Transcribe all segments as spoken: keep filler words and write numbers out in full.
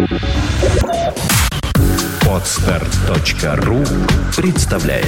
Подстер точка ру представляет.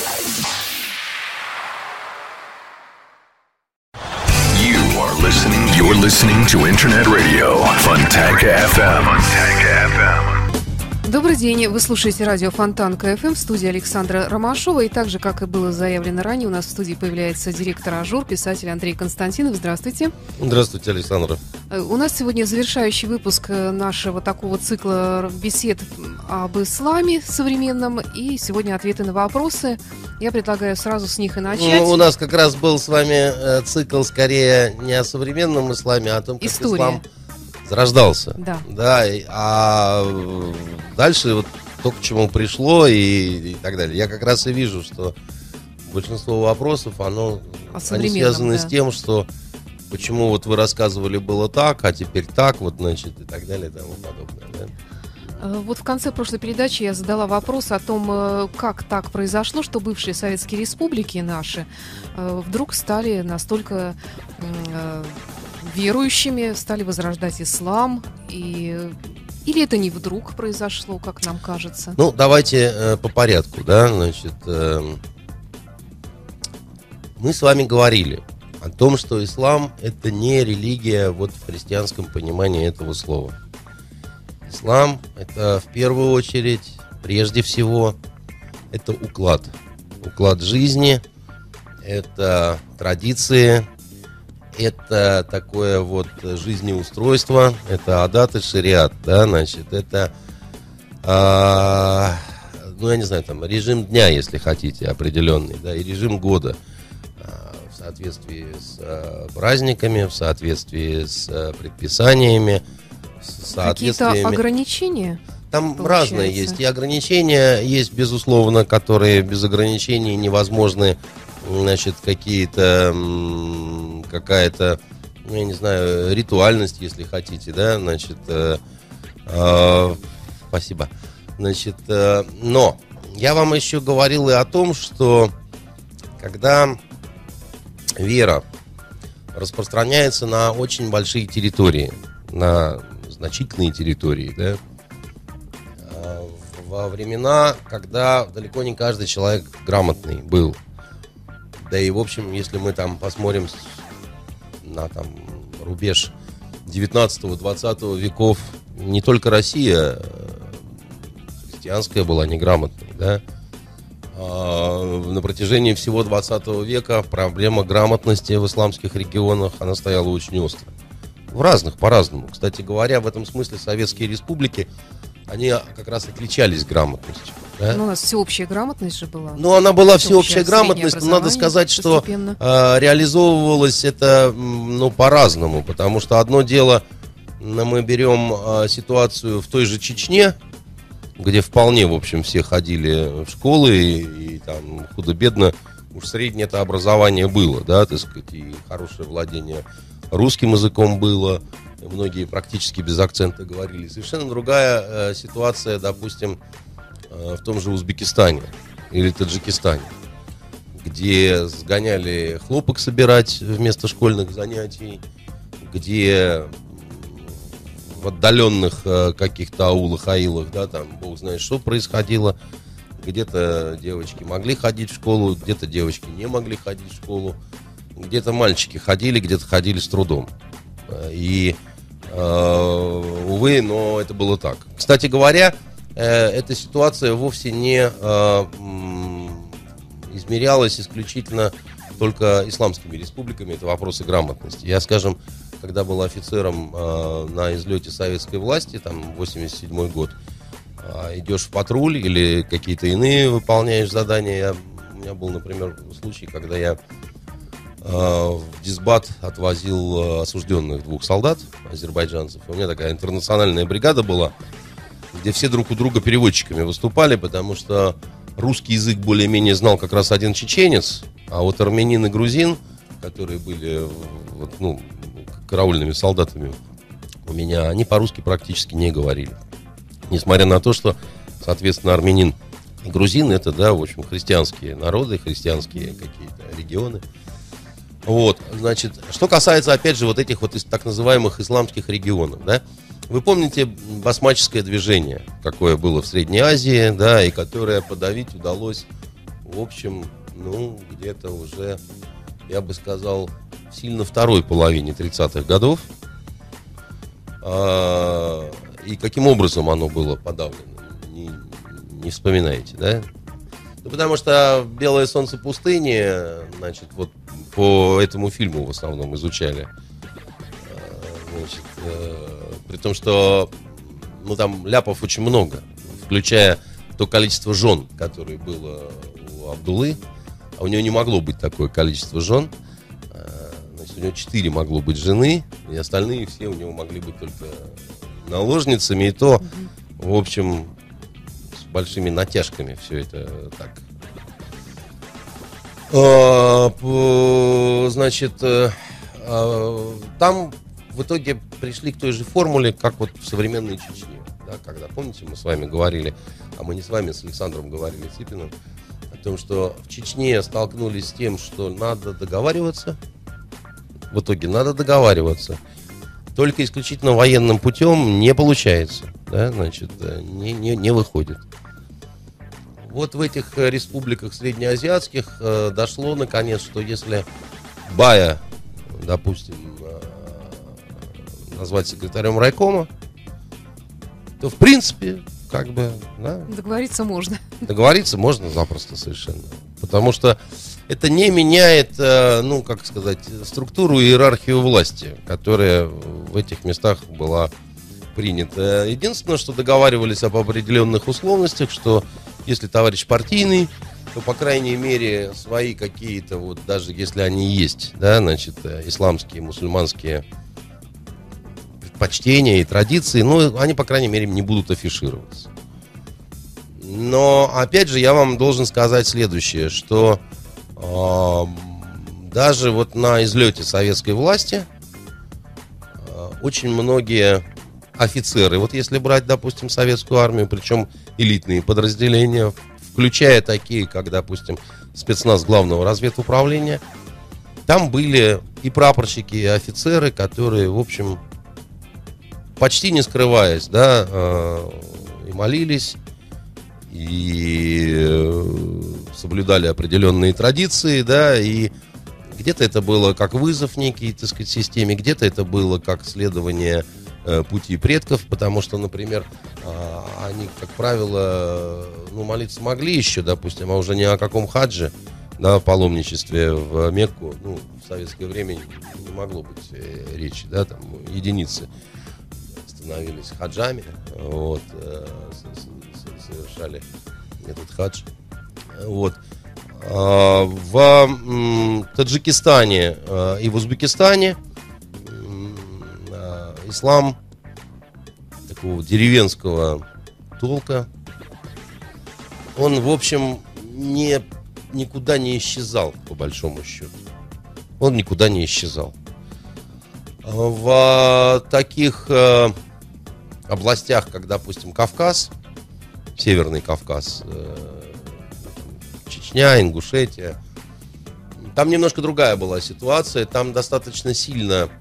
You are listening. You're listening to Internet Radio Fontanka эф эм. Fontanka эф эм. Добрый день, вы слушаете радио Фонтанка эф эм в студии Александра Ромашова. И так же, как и было заявлено ранее, у нас в студии появляется директор «Ажур», писатель Андрей Константинов. Здравствуйте. Здравствуйте, Александра. У нас сегодня завершающий выпуск нашего такого цикла бесед об исламе современном. И сегодня ответы на вопросы. Я предлагаю сразу с них и начать. Ну, у нас как раз был с вами э, цикл скорее не о современном исламе, а о том, как История. ислам зарождался. Да. Да, и- а дальше вот то, к чему пришло и, и так далее. Я как раз и вижу, что большинство вопросов, оно, О они современном, связаны да. с тем, что почему вот вы рассказывали было так, а теперь так, вот, значит, и так далее и тому подобное. Да? Э, Вот в конце прошлой передачи я задала вопрос о том, э, как так произошло, что бывшие советские республики наши э, вдруг стали настолько э, верующими, стали возрождать ислам. И... Или это не вдруг произошло, как нам кажется? Ну, давайте э, по порядку, да, значит, э, мы с вами говорили о том, что ислам — это не религия вот в христианском понимании этого слова. Ислам — это в первую очередь, прежде всего, это уклад. Уклад жизни, это традиции, это такое вот жизнеустройство, это адат и шариат, да, значит, это, а, ну, я не знаю, там, режим дня, если хотите, определенный, да, и режим года а, в соответствии с а, праздниками, в соответствии с а, предписаниями, с Какие-то соответствиями. ограничения? Там получается? разные есть, и ограничения есть, безусловно, которые без ограничений невозможны. Значит, какие-то, м, какая-то, ну, я не знаю, ритуальность, если хотите, да, значит, э, э, спасибо. Значит, э, но я вам еще говорил и о том, что когда вера распространяется на очень большие территории, на значительные территории, да, э, во времена, когда далеко не каждый человек грамотный был. Да и, в общем, если мы там посмотрим на там рубеж девятнадцатого-двадцатого веков, не только Россия христианская была неграмотной, да, а на протяжении всего двадцатого века проблема грамотности в исламских регионах, она стояла очень остро. В разных, по-разному. Кстати говоря, в этом смысле советские республики, они как раз отличались грамотностью. Да? Ну, у нас всеобщая грамотность же была. Ну, она была Всеобщее всеобщая грамотность, но надо образование сказать, что постепенно. э, реализовывалось это, м, ну, по-разному, потому что одно дело, ну, мы берем э, ситуацию в той же Чечне, где вполне, в общем, все ходили в школы, и, и там худо-бедно уж среднее это образование было, да, так сказать, и хорошее владение русским языком было, многие практически без акцента говорили. Совершенно другая э, ситуация, допустим, в том же Узбекистане или Таджикистане, где сгоняли хлопок собирать вместо школьных занятий, где в отдаленных каких-то аулах, аилах, да, там бог знает что происходило, где-то девочки могли ходить в школу, где-то девочки не могли ходить в школу, где-то мальчики ходили, где-то ходили с трудом. И, э, увы, но это было так. Кстати говоря, эта ситуация вовсе не э, измерялась исключительно только исламскими республиками. Это вопросы грамотности. Я, скажем, когда был офицером э, на излете советской власти, там, восемьдесят седьмой год, э, идешь в патруль или какие-то иные выполняешь задания. Я, у меня был, например, случай, когда я э, в дисбат отвозил э, осужденных двух солдат, азербайджанцев. У меня такая интернациональная бригада была, где все друг у друга переводчиками выступали, потому что русский язык более-менее знал как раз один чеченец, а вот армянин и грузин, которые были вот, ну, караульными солдатами у меня, они по-русски практически не говорили. Несмотря на то, что, соответственно, армянин и грузин — это, да, в общем, христианские народы, христианские какие-то регионы. Вот, значит, что касается, опять же, вот этих вот так называемых исламских регионов, да, Вы помните басмаческое движение, какое было в Средней Азии, да, и которое подавить удалось, в общем, ну, где-то уже, я бы сказал, в сильно второй половине тридцатых годов. А, и каким образом оно было подавлено, не, не вспоминаете, да? Ну, потому что «Белое солнце пустыни», значит, вот по этому фильму в основном изучали. Значит, э, при том, что ну, там ляпов очень много, включая то количество жен, которое было у Абдуллы. А у него не могло быть такое количество жен. Э, значит, у него четыре могло быть жены, и остальные все у него могли быть только наложницами. И то, в общем, с большими натяжками все это так. Э, по, значит, э, э, там... В итоге пришли к той же формуле, как вот в современной Чечне. Да, когда, помните, мы с вами говорили, а мы не с вами, с Александром говорили, Цыпиным, о том, что в Чечне столкнулись с тем, что надо договариваться. В итоге надо договариваться. Только исключительно военным путем не получается. Да, значит, не, не, не выходит. Вот в этих республиках среднеазиатских э, дошло, наконец, что если Бая, допустим, назвать секретарем райкома, то в принципе, как бы, да, договориться можно. Договориться можно запросто совершенно. Потому что это не меняет, ну, как сказать, структуру и иерархию власти, которая в этих местах была принята. Единственное, что договаривались об определенных условностях, что если товарищ партийный, то, по крайней мере, свои какие-то, вот даже если они есть, да, значит, исламские, мусульманские предпочтения и традиции, ну, они, по крайней мере, не будут афишироваться. Но, опять же, я вам должен сказать следующее, что э, даже вот на излете советской власти э, очень многие офицеры, вот если брать, допустим, советскую армию, причем элитные подразделения, включая такие, как, допустим, спецназ главного разведуправления, там были и прапорщики, и офицеры, которые, в общем, почти не скрываясь, да, э, и молились, и э, соблюдали определенные традиции, да, и где-то это было как вызов некий, так сказать, системе, где-то это было как следование э, пути предков, потому что, например, э, они, как правило, ну, молиться могли еще, допустим, а уже ни о каком хадже, да, паломничестве в Мекку, ну, в советское время не могло быть э, речи, да, там единицы становились хаджами, вот, э, совершали этот хадж. Вот. А, в м, Таджикистане а, и в Узбекистане м, а, ислам такого деревенского толка, он, в общем, не, никуда не исчезал, по большому счету. Он никуда не исчезал. В таких э, областях, как, допустим, Кавказ, Северный Кавказ, э, Чечня, Ингушетия, там немножко другая была ситуация. Там достаточно сильно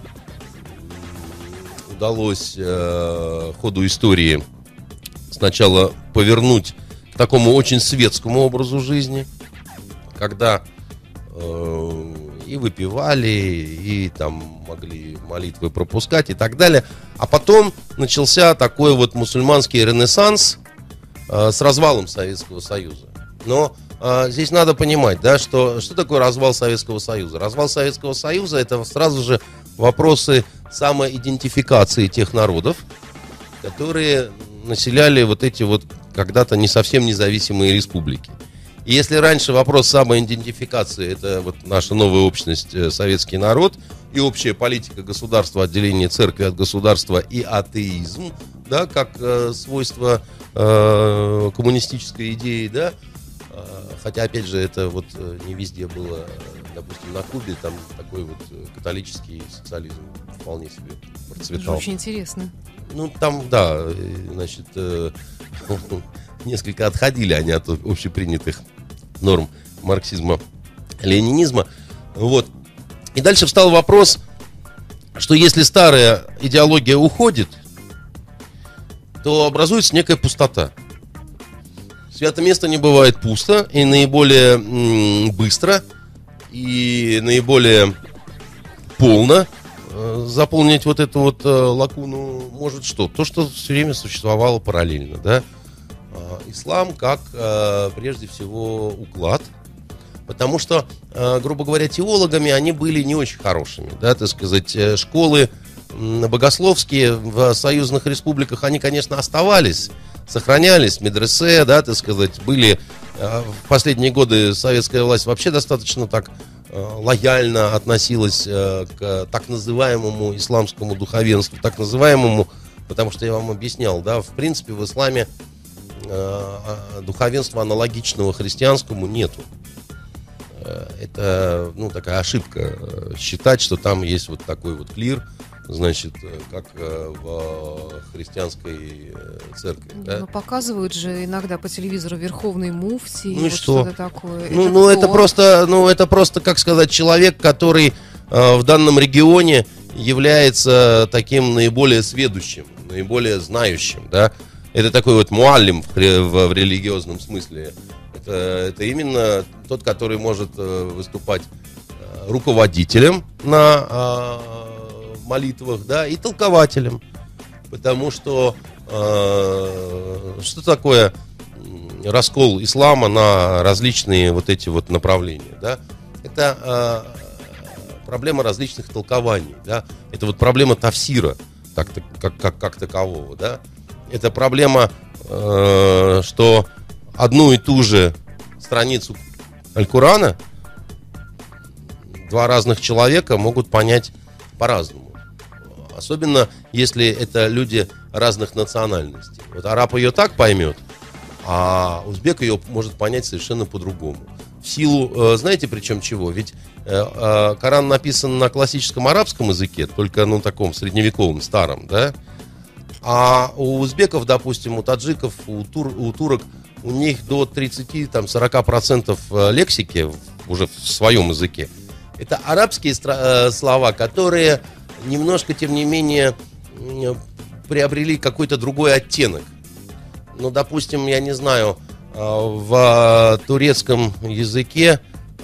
удалось э, ходу истории сначала повернуть к такому очень светскому образу жизни, когда э, и выпивали, и там могли молитвы пропускать и так далее. А потом начался такой вот мусульманский ренессанс э, с развалом Советского Союза. Но э, здесь надо понимать, да, что, что такое развал Советского Союза. Развал Советского Союза — это сразу же вопросы самоидентификации тех народов, которые населяли вот эти вот когда-то не совсем независимые республики. И если раньше вопрос самоидентификации — это вот наша новая общность, советский народ, и общая политика государства, отделение церкви от государства и атеизм, да, как э, свойство э, коммунистической идеи, да, э, хотя, опять же, это вот не везде было, допустим, на Кубе, там такой вот католический социализм вполне себе процветал. Это очень интересно. Ну, там, да, значит, э, несколько отходили они от общепринятых норм марксизма, ленинизма. Вот. И дальше встал вопрос, что если старая идеология уходит, то образуется некая пустота. Святое место не бывает пусто, и наиболее м, быстро, и наиболее полно э, заполнить вот эту вот э, лакуну может что? То, что все время существовало параллельно, да? Э, ислам как, э, прежде всего, уклад, потому что, э, грубо говоря, теологами они были не очень хорошими, да, так сказать, э, школы э, богословские в союзных республиках, они, конечно, оставались, сохранялись, медресе, да, так сказать, были э, в последние годы советская власть вообще достаточно так э, лояльно относилась э, к так называемому исламскому духовенству, так называемому, потому что я вам объяснял, да, в принципе в исламе э, духовенства аналогичного христианскому нету. Э, это, ну, такая ошибка э, считать, что там есть вот такой вот клир, значит, как э, в христианской э, церкви. Да? Ну, показывают же иногда по телевизору верховный муфти, ну и вот что? что-то такое. Ну, это, ну это просто, ну это просто, как сказать, человек, который э, в данном регионе является таким наиболее сведущим, наиболее знающим, да. Это такой вот муаллим в, в, в религиозном смысле. Это, это именно тот, который может э, выступать э, руководителем на э, молитвах, да, и толкователем, потому что э, что такое раскол ислама на различные вот эти вот направления, да? Это э, проблема различных толкований, да? Это вот проблема тафсира, так, как, как, как такового, да? Это проблема, э, что одну и ту же страницу Аль-Курана два разных человека могут понять по-разному. Особенно, если это люди разных национальностей. Вот араб ее так поймет, а узбек ее может понять совершенно по-другому. В силу, знаете, причем чего? Ведь э, Коран написан на классическом арабском языке, только, ну, таком средневековом, старом, да? А у узбеков, допустим, у таджиков, у, тур, у турок, у них до тридцати-сорока процентов лексики уже в своем языке. Это арабские стра- слова, которые немножко, тем не менее, приобрели какой-то другой оттенок. Ну, допустим, я не знаю, в турецком языке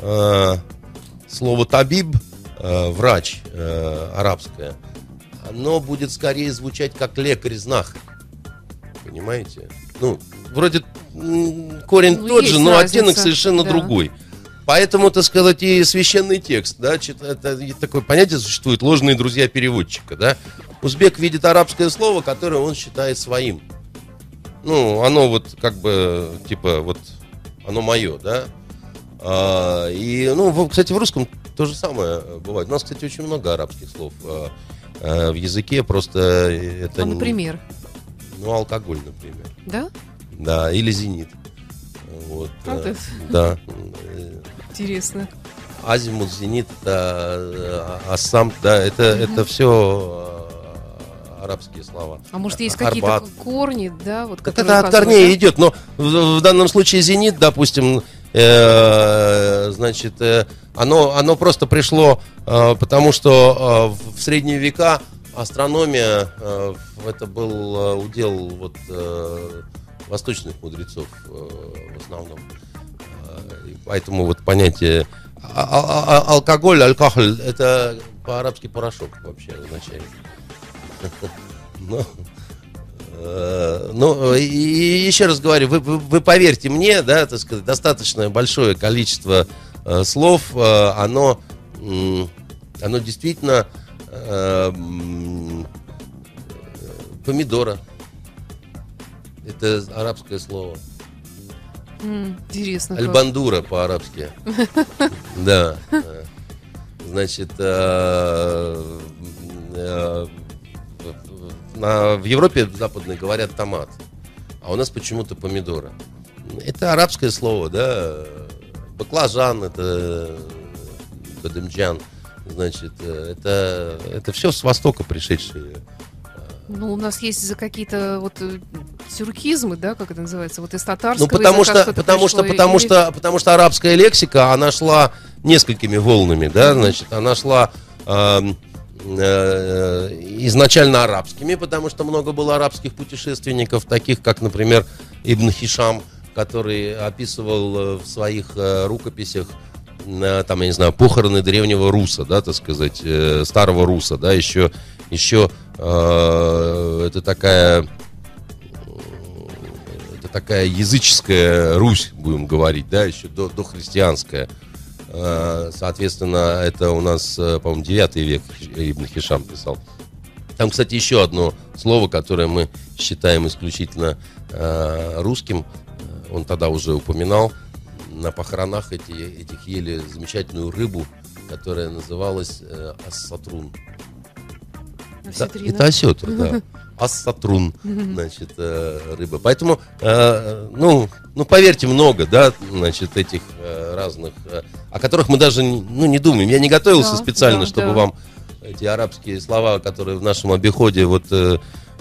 слово «табиб», врач арабское, оно будет скорее звучать как лекарь-знахарь. Понимаете? Ну, вроде корень ну, тот же, но разница, оттенок совершенно да. другой. Поэтому, так сказать, и священный текст, да, это такое понятие существует, ложные друзья переводчика, да. Узбек видит арабское слово, которое он считает своим. Ну, оно вот как бы, типа, вот, оно мое, да. А, и, ну, кстати, в русском то же самое бывает. У нас, кстати, очень много арабских слов а, а, в языке, просто это... А, например? Ну, алкоголь, например. Да? Да, или зенит. Вот, Правда? Да. Интересно. Азимут, зенит, да, ассам, да, это, угу. это все арабские слова. А может, есть Арбат. Какие-то корни, да? Вот, это от корней да? идет, но в, в данном случае зенит, допустим, э, значит, э, оно, оно просто пришло, э, потому что э, в средние века астрономия, э, это был э, удел вот, э, восточных мудрецов э, в основном. Э, поэтому вот понятие а- а- а- алкоголь, алкохоль, это по-арабски порошок вообще означает. Ну, э, ну и, и еще раз говорю, вы, вы, вы поверьте мне, да, так сказать, достаточно большое количество э, слов, э, оно, э, оно действительно э, э, помидора. Это арабское слово. Mm, интересно. Аль-бандура по-арабски. Да. Значит, в Европе западной говорят томат, а у нас почему-то помидора. Это арабское слово, да. Баклажан, это бадемджан. Значит, это, это все с Востока пришедшие. Ну, у нас есть за какие-то вот тюркизмы, да, как это называется, вот из татарского. Ну, потому что, потому что, потому или... что, потому что арабская лексика, она шла несколькими волнами, да, значит, она шла э, э, изначально арабскими, потому что много было арабских путешественников, таких как, например, Ибн Хишам, который описывал в своих э, рукописях, э, там, я не знаю, похороны древнего Руса, да, так сказать, э, старого Руса, да, еще, еще э, это такая... такая языческая Русь, будем говорить, да, еще до, дохристианская. Соответственно, это у нас, по-моему, девятый век Ибн Хишам писал. Там, кстати, еще одно слово, которое мы считаем исключительно русским. Он тогда уже упоминал. На похоронах эти, этих ели замечательную рыбу, которая называлась ассатрун. Да, это осетр, да. Ассатрун, значит, э, рыба. Поэтому, э, ну, ну, поверьте, много, да, значит, этих э, разных, э, о которых мы даже, ну, не думаем. Я не готовился да, специально, да, чтобы да. вам эти арабские слова, которые в нашем обиходе вот э,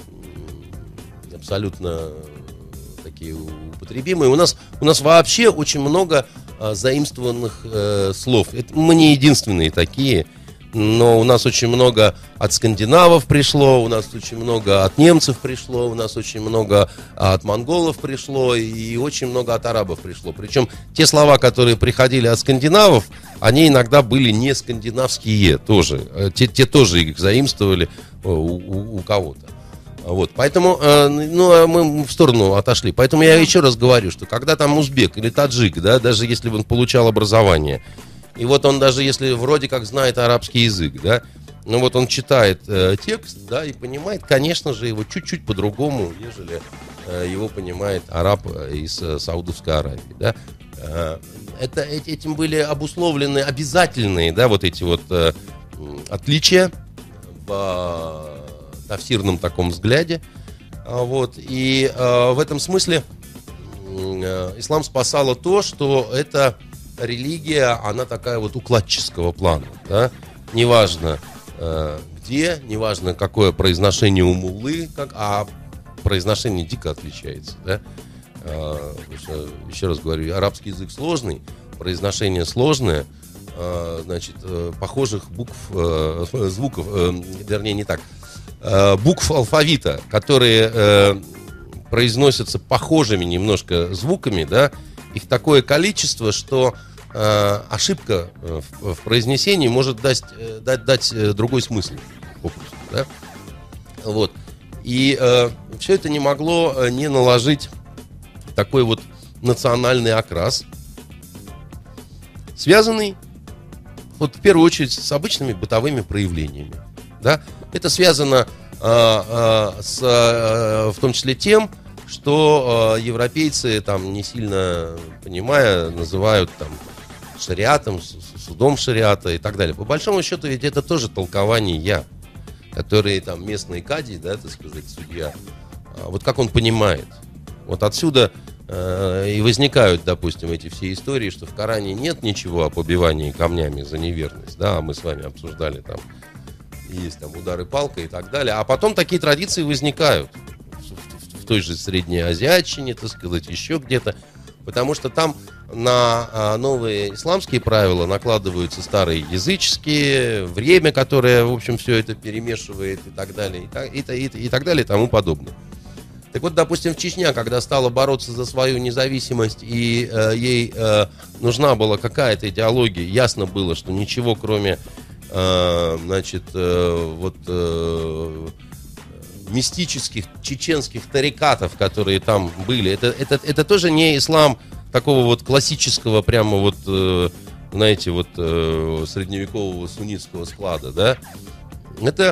абсолютно такие употребимые. У нас, у нас вообще очень много э, заимствованных э, слов. Это, мы не единственные такие. Но у нас очень много от скандинавов пришло, у нас очень много от немцев пришло, у нас очень много от монголов пришло и очень много от арабов пришло. Причем те слова, которые приходили от скандинавов, они иногда были не скандинавские тоже. Те, те тоже их заимствовали у, у, у кого-то. Вот, поэтому, ну, мы в сторону отошли. Поэтому я еще раз говорю, что когда там узбек или таджик, да, даже если он получал образование, и вот он даже если вроде как знает арабский язык, да, ну вот он читает э, текст, да, и понимает, конечно же, его чуть-чуть по-другому, нежели э, его понимает араб из э, Саудовской Аравии, да. Э, это, этим были обусловлены обязательные, да, вот эти вот э, отличия в э, тафсирном таком взгляде, а, вот, и э, в этом смысле э, ислам спасало то, что это религия, она такая вот укладческого плана, да? Неважно э, где, неважно какое произношение у муллы, как, а произношение дико отличается, да? Э, что, еще раз говорю, арабский язык сложный, произношение сложное, э, значит, э, похожих букв, э, звуков, э, вернее не так, э, букв алфавита, которые э, произносятся похожими немножко звуками, да? Их такое количество, что э, ошибка в, в произнесении может дать, дать, дать другой смысл. Попросту, да? Вот. И э, все это не могло не наложить такой вот национальный окрас, связанный вот, в первую очередь с обычными бытовыми проявлениями. Да? Это связано э, э, с, э, в том числе тем, что э, европейцы, там, не сильно понимая, называют там шариатом, судом шариата и так далее. По большому счету, ведь это тоже толкования, которые там местные кади, да, так сказать, судья, а вот как он понимает. Вот отсюда э, и возникают, допустим, эти все истории, что в Коране нет ничего о побивании камнями за неверность, да, а мы с вами обсуждали там, есть там удары палкой и так далее, а потом такие традиции возникают. В той же среднеазиатчине, так сказать, еще где-то, потому что там на а, новые исламские правила накладываются старые языческие, время, которое, в общем, все это перемешивает и так далее, и так, и, и, и так далее, и тому подобное. Так вот, допустим, в Чечне, когда стала бороться за свою независимость, и э, ей э, нужна была какая-то идеология, ясно было, что ничего, кроме, э, значит, э, вот... Э, мистических чеченских тарикатов, которые там были, это, это, это тоже не ислам такого вот классического, прямо вот, э, знаете, вот э, средневекового суннитского склада, да. Это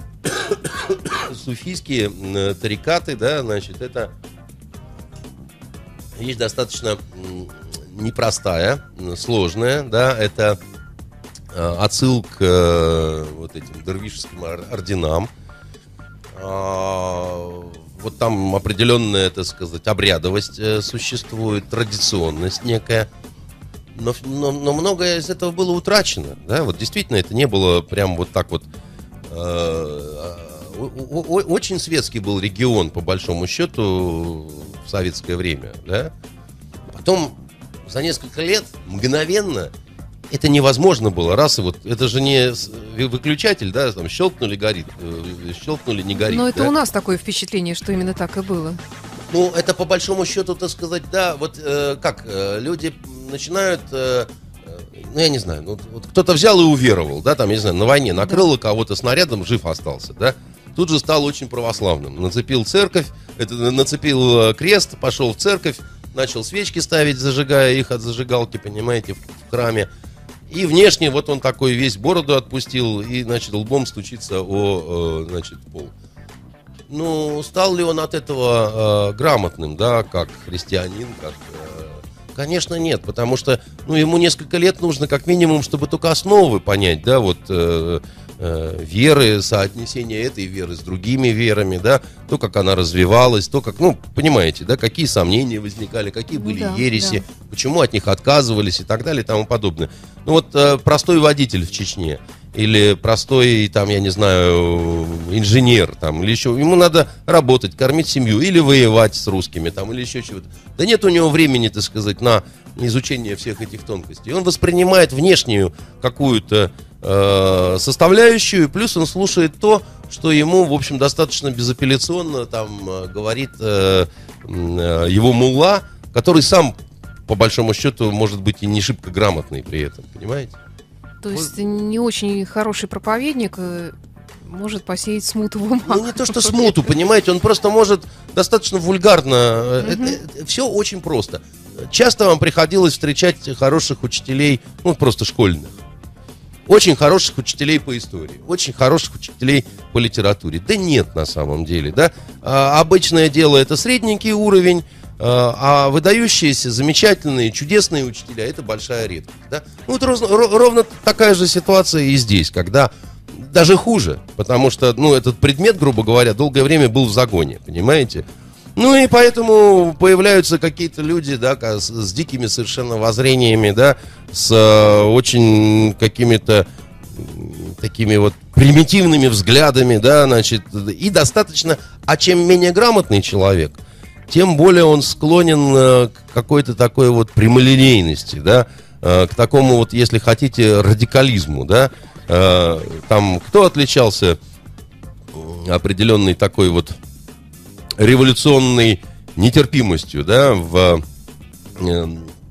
суфийские э, тарикаты, да, значит, это вещь достаточно непростая, сложная, да, это э, отсыл к э, вот этим дервишеским орденам. Вот там определенная, так сказать, обрядовость существует, традиционность некая, но, но, но многое из этого было утрачено, да, вот действительно это не было прям вот так вот, э, очень светский был регион, по большому счету, в советское время, да, потом за несколько лет мгновенно это невозможно было. Раз и вот, это же не выключатель, да, там щелкнули, горит, щелкнули, не горит. Но это да? у нас такое впечатление, что именно так и было. Ну, это по большому счету, так сказать, да, вот э, как, э, люди начинают, э, э, ну, я не знаю, ну, вот кто-то взял и уверовал, да, там, я не знаю, на войне накрыло кого-то снарядом, жив остался, да, тут же стал очень православным, нацепил церковь, это, нацепил крест, пошел в церковь, начал свечки ставить, зажигая их от зажигалки, понимаете, в, в храме. И внешне вот он такой весь бороду отпустил и, значит, лбом стучится о, значит, пол. Ну, стал ли он от этого э, грамотным, да, как христианин, как... Э, конечно, нет, потому что, ну, ему несколько лет нужно, как минимум, чтобы только основы понять, да, вот... Э, веры, соотнесение этой веры с другими верами, да, то, как она развивалась, то, как, ну, понимаете, да, какие сомнения возникали, какие были да, ереси, да. почему от них отказывались и так далее и тому подобное. Ну, вот э, простой водитель в Чечне или простой, там, я не знаю, инженер, там, или еще, ему надо работать, кормить семью или воевать с русскими, там, или еще чего-то. Да нет у него времени, так сказать, на изучение всех этих тонкостей. Он воспринимает внешнюю какую-то составляющую, плюс он слушает то, что ему, в общем, достаточно безапелляционно там говорит э, э, его мулла, который сам, по большому счету, может быть и не шибко грамотный при этом, понимаете? То есть не очень хороший проповедник может посеять смуту в умах. Ну, не то, что смуту, понимаете, он просто может достаточно вульгарно. Это, это, все очень просто. Часто вам приходилось встречать хороших учителей, ну, просто школьных. Очень хороших учителей по истории, очень хороших учителей по литературе. Да нет, на самом деле, да. А, обычное дело это средненький уровень, а, а выдающиеся, замечательные, чудесные учителя это большая редкость, да. Ну, вот ровно, ровно такая же ситуация и здесь, когда даже хуже, потому что, ну, этот предмет, грубо говоря, долгое время был в загоне, понимаете. Ну и поэтому появляются какие-то люди, да, с, с дикими совершенно воззрениями, да, с э, очень какими-то такими вот примитивными взглядами, да, значит, и достаточно, а чем менее грамотный человек, тем более он склонен э, к какой-то такой вот прямолинейности, да, э, к такому вот, если хотите, радикализму, да, э, там, кто отличался определенной такой вот революционной нетерпимостью, да, в э,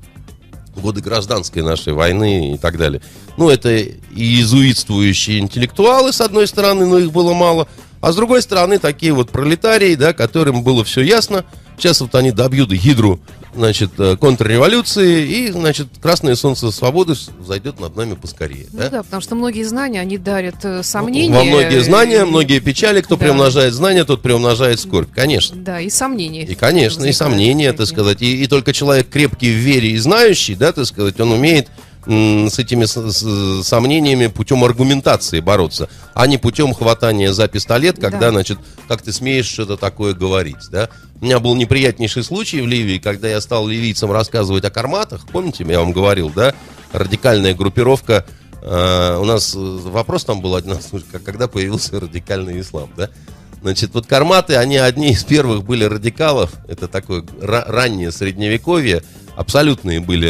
годы гражданской нашей войны и так далее. Ну, это и иезуитствующие интеллектуалы, с одной стороны, но их было мало, а с другой стороны, такие вот пролетарии, да, которым было все ясно. Сейчас вот они добьют гидру, значит, контрреволюции, и, значит, красное солнце свободы зайдет над нами поскорее. Ну да? да, потому что многие знания, они дарят сомнения. Во многие знания, многие печали. Кто да. приумножает знания, тот приумножает скорбь, конечно. Да, и сомнения. И, конечно, и сомнения, так сказать. И, и только человек крепкий в вере и знающий, да, так сказать, он умеет м- с этими с- с- сомнениями путем аргументации бороться, а не путем хватания за пистолет, когда, да. значит, как ты смеешь что-то такое говорить, да. У меня был неприятнейший случай в Ливии, когда я стал ливийцам рассказывать о карматах. Помните, я вам говорил, да? Радикальная группировка. Э, у нас вопрос там был один, когда появился радикальный ислам, да? Значит, вот карматы, они одни из первых были радикалов. Это такое ра- раннее средневековье. Абсолютные были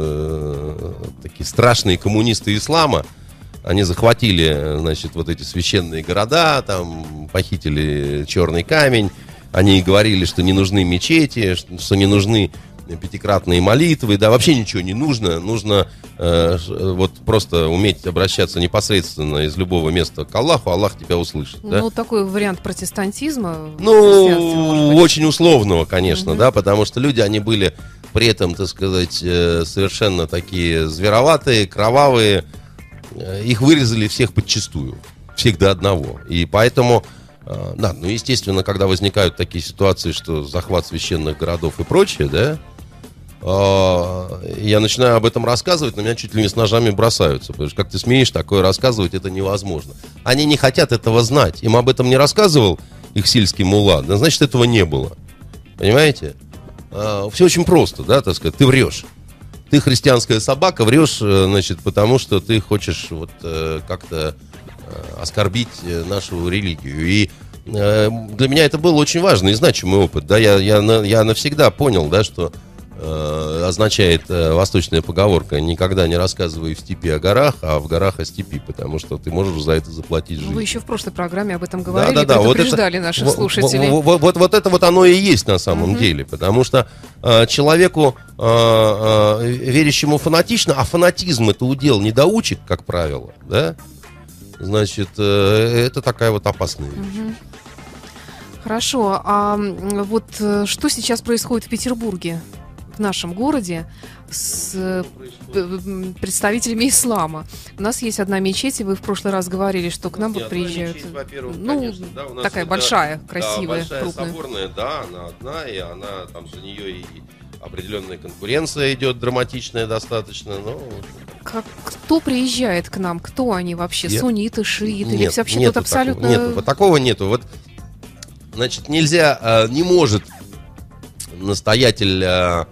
э, такие страшные коммунисты ислама. Они захватили, значит, вот эти священные города, там похитили черный камень. Они говорили, что не нужны мечети, что не нужны пятикратные молитвы, да, вообще ничего не нужно. Нужно э, вот просто уметь обращаться непосредственно из любого места к Аллаху, Аллах тебя услышит. Ну, да? такой вариант протестантизма. Ну, очень условного, конечно, Угу. да, потому что люди, они были при этом, так сказать, э, совершенно такие звероватые, кровавые. Э, их вырезали всех подчистую, всех до одного. И поэтому... Да, ну, естественно, когда возникают такие ситуации, что захват священных городов и прочее, да, я начинаю об этом рассказывать, на меня чуть ли не с ножами бросаются, потому что как ты смеешь такое рассказывать, это невозможно. Они не хотят этого знать, им об этом не рассказывал их сельский мулла, да, значит, этого не было, понимаете? Все очень просто, да, так сказать, ты врешь. Ты христианская собака, врешь, значит, потому что ты хочешь вот как-то оскорбить нашу религию. И э, для меня это был очень важный и значимый опыт. Да? Я, я, я навсегда понял, да, что э, означает э, восточная поговорка: никогда не рассказывай в степи о горах, а в горах о степи, потому что ты можешь за это заплатить жизнью. Вы еще в прошлой программе об этом говорили, да, да, да. предупреждали вот это, наших вот, слушателей. Вот, вот, вот, вот это вот оно и есть на самом mm-hmm. деле, потому что э, человеку, э, э, верящему фанатично, а фанатизм это удел недоучек, как правило, да, значит, э, это такая вот опасная вещь. Mm-hmm. Хорошо, а вот что сейчас происходит в Петербурге, в нашем городе, с представителями ислама? У нас есть одна мечеть, и вы в прошлый раз говорили, что к нам вот приезжают. Мечеть, ну, конечно, да, у нас такая это, большая, красивая, да, большая, крупная. Соборная, да, она одна, и она, там за нее и определенная конкуренция идет, драматичная достаточно, но... Как, кто приезжает к нам? Кто они вообще? Я... Сунниты, шииты? Нет, или вообще тут абсолютно... Такого, нету, вот такого нету. Вот, значит, нельзя, не может настоятель а,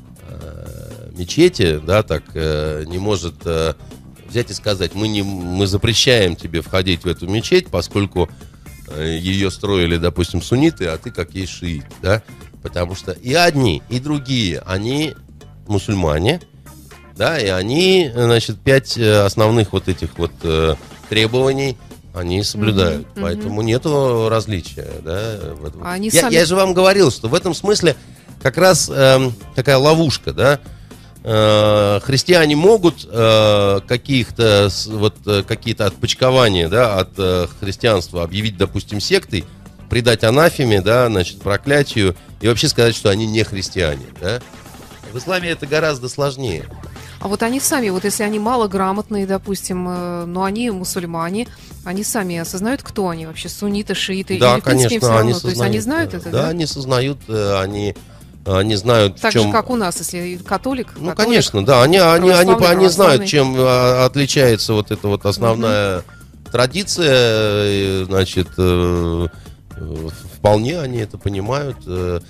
а, мечети, да, так, а, не может а, взять и сказать: мы, не, мы запрещаем тебе входить в эту мечеть, поскольку а, ее строили, допустим, сунниты, а ты как есть шиит, да, потому что и одни, и другие, они мусульмане, да, и они, значит, пять основных вот этих вот э, требований они соблюдают, mm-hmm, поэтому mm-hmm. нету различия, да. А они я, сами... я же вам говорил, что в этом смысле как раз э, такая ловушка, да. Э, христиане могут э, каких-то вот какие-то отпочкования, да, от э, христианства объявить, допустим, сектой, предать анафеме, да, значит, проклятию и вообще сказать, что они не христиане, да. В исламе это гораздо сложнее. А вот они сами, вот если они малограмотные, допустим, э, но они мусульмане, они сами осознают, кто они вообще, сунниты, шииты? Да, или, в принципе, им все конечно, равно? они То сознают. есть они знают это, да? Да, они сознают, они, они знают, так в чем... же, как у нас, если католик. Ну, католик, конечно, да, они, они, они, они знают, чем а, отличается вот эта вот основная угу. традиция, значит, э, вполне они это понимают. Э,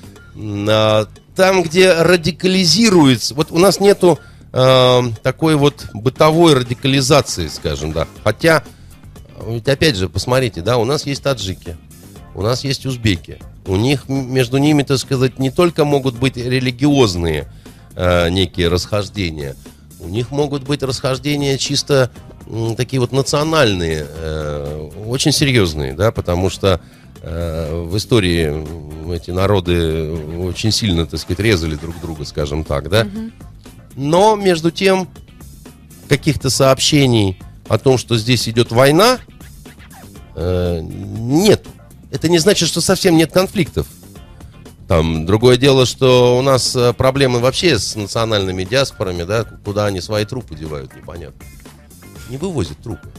там, где радикализируется, вот у нас нету э, такой вот бытовой радикализации, скажем, да, хотя, ведь опять же, посмотрите, да, у нас есть таджики, у нас есть узбеки, у них, между ними, так сказать, не только могут быть религиозные э, некие расхождения, у них могут быть расхождения чисто э, такие вот национальные, э, очень серьезные, да, потому что э, в истории эти народы очень сильно, так сказать, резали друг друга, скажем так, да. Mm-hmm. Но, между тем, каких-то сообщений о том, что здесь идет война, э, нет. Это не значит, что совсем нет конфликтов. Там другое дело, что у нас проблемы вообще с национальными диаспорами, да, куда они свои трупы девают, непонятно. Не вывозят трупы.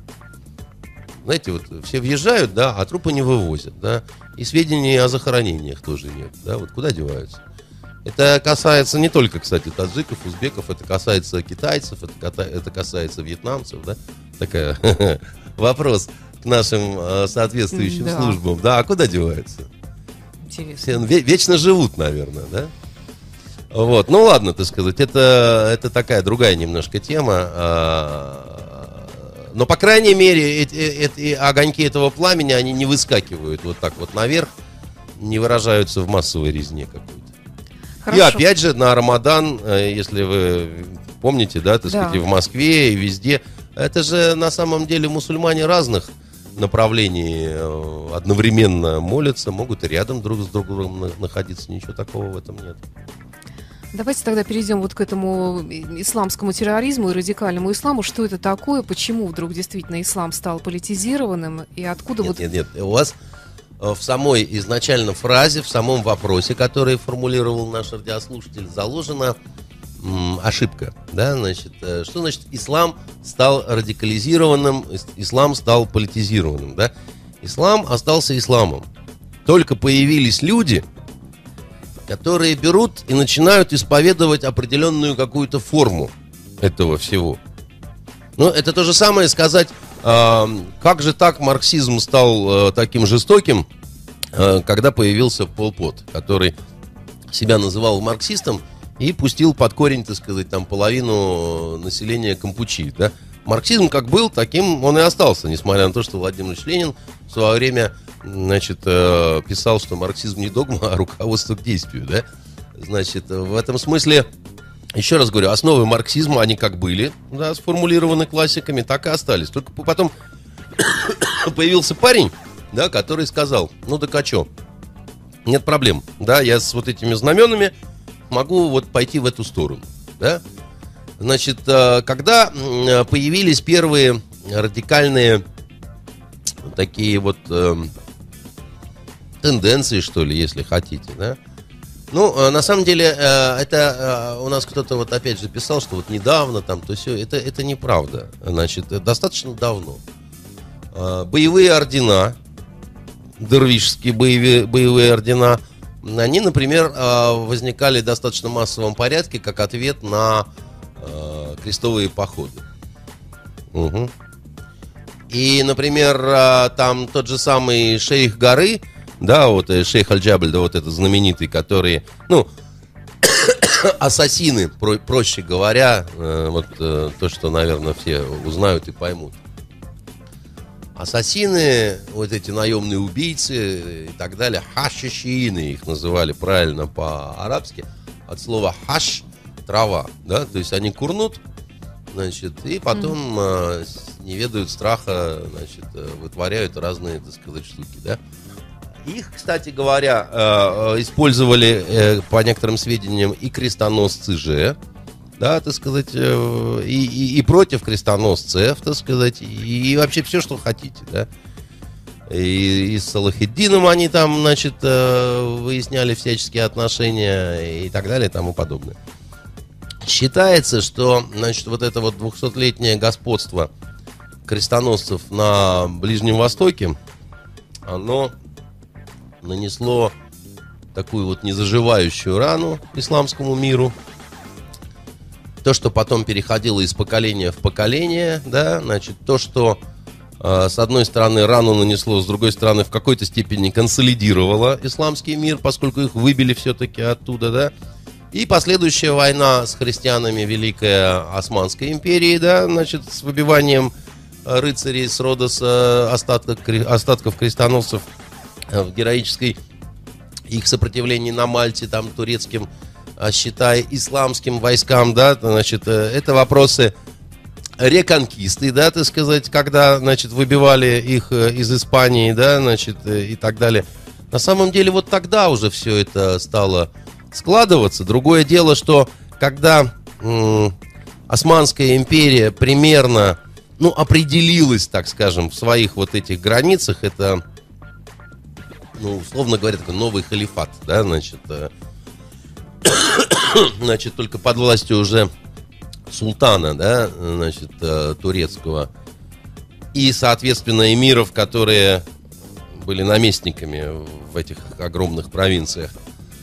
Знаете, вот все въезжают, да, а трупы не вывозят, да. И сведений о захоронениях тоже нет, да, вот куда деваются. Это касается не только, кстати, таджиков, узбеков, это касается китайцев, это, это касается вьетнамцев, да. Такая вопрос к нашим соответствующим да. службам, да, а куда деваются? Интересно. Все вечно живут, наверное, да. Вот, ну ладно, так сказать, это, это такая другая немножко тема. Но, по крайней мере, эти, эти огоньки этого пламени, они не выскакивают вот так вот наверх, не выражаются в массовой резне какой-то. Хорошо. И опять же, на Рамадан, если вы помните, да, так сказать, да. и в Москве, и везде, это же на самом деле мусульмане разных направлений одновременно молятся, могут и рядом друг с другом находиться, ничего такого в этом нет. Давайте тогда перейдем вот к этому исламскому терроризму и радикальному исламу. Что это такое? Почему вдруг действительно ислам стал политизированным? И откуда нет, вот... Нет, нет, у вас в самой изначально фразе, в самом вопросе, который формулировал наш радиослушатель, заложена м, ошибка. Да? Значит, что значит ислам стал радикализированным, ислам стал политизированным? Да? Ислам остался исламом. Только появились люди, которые берут и начинают исповедовать определенную какую-то форму этого всего. Ну, это то же самое сказать, э, как же так марксизм стал э, таким жестоким, э, когда появился Пол Пот, который себя называл марксистом и пустил под корень, так сказать, там половину населения Кампучи, да? Марксизм как был, таким он и остался, несмотря на то, что Владимир Ильич Ленин в свое время, значит, писал, что марксизм не догма, а руководство к действию, да? Значит, в этом смысле, еще раз говорю, основы марксизма, они как были, да, сформулированы классиками, так и остались. Только потом появился парень, да, который сказал: ну так а что, нет проблем, да, я с вот этими знаменами могу вот пойти в эту сторону, да. Значит, когда появились первые радикальные такие вот э, тенденции, что ли, если хотите, да. Ну, на самом деле, э, это э, у нас кто-то вот опять же писал, что вот недавно там, то все, это, это неправда. Значит, достаточно давно. Э, боевые ордена, дервишские боевые, боевые ордена, они, например, э, возникали в достаточно массовом порядке как ответ на э, крестовые походы. Угу. И, например, там тот же самый шейх горы, да, вот шейх Аль-Джабль, да, вот этот знаменитый, который, ну, ассасины, про, проще говоря, вот то, что, наверное, все узнают и поймут. Ассасины, вот эти наемные убийцы и так далее, хашишиины их называли правильно по-арабски, от слова хаш, трава, да, то есть они курнут, значит, и потом mm. э, не ведают страха, значит, э, вытворяют разные, так сказать, штуки, да. Их, кстати говоря, э, использовали, э, по некоторым сведениям, и крестоносцы же, да, так сказать, э, и, и, и против крестоносцев, так сказать, и, и вообще все, что хотите, да. И, и с Салахиддином они там, значит, э, выясняли всяческие отношения и так далее и тому подобное. Считается, что, значит, вот это вот двухсотлетнее господство крестоносцев на Ближнем Востоке, оно нанесло такую вот незаживающую рану исламскому миру. То, что потом переходило из поколения в поколение, да, значит, то, что э, с одной стороны рану нанесло, с другой стороны в какой-то степени консолидировало исламский мир, поскольку их выбили все-таки оттуда, да. И последующая война с христианами Великой Османской империи, да, значит, с выбиванием рыцарей с рода с остатков, остатков крестоносцев в героической их сопротивлении на Мальте, там, турецким, считай, исламским войскам, да, значит, это вопросы реконкисты, да, так сказать, когда, значит, выбивали их из Испании, да, значит, и так далее. На самом деле, вот тогда уже все это стало складываться. Другое дело, что когда м- Османская империя примерно, ну, определилась, так скажем, в своих вот этих границах, это, ну, условно говоря, такой новый халифат, да, значит, э- значит, только под властью уже султана, да, значит, э- турецкого, и, соответственно, эмиров, которые были наместниками в этих огромных провинциях.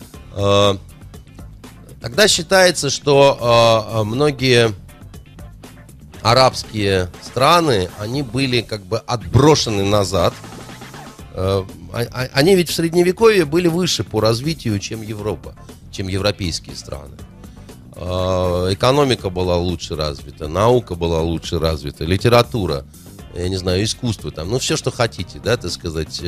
Тогда считается, что многие арабские страны, они были как бы отброшены назад. Они ведь в Средневековье были выше по развитию, чем Европа, чем европейские страны. Экономика была лучше развита, наука была лучше развита, литература, я не знаю, искусство там, ну все, что хотите, да, так сказать.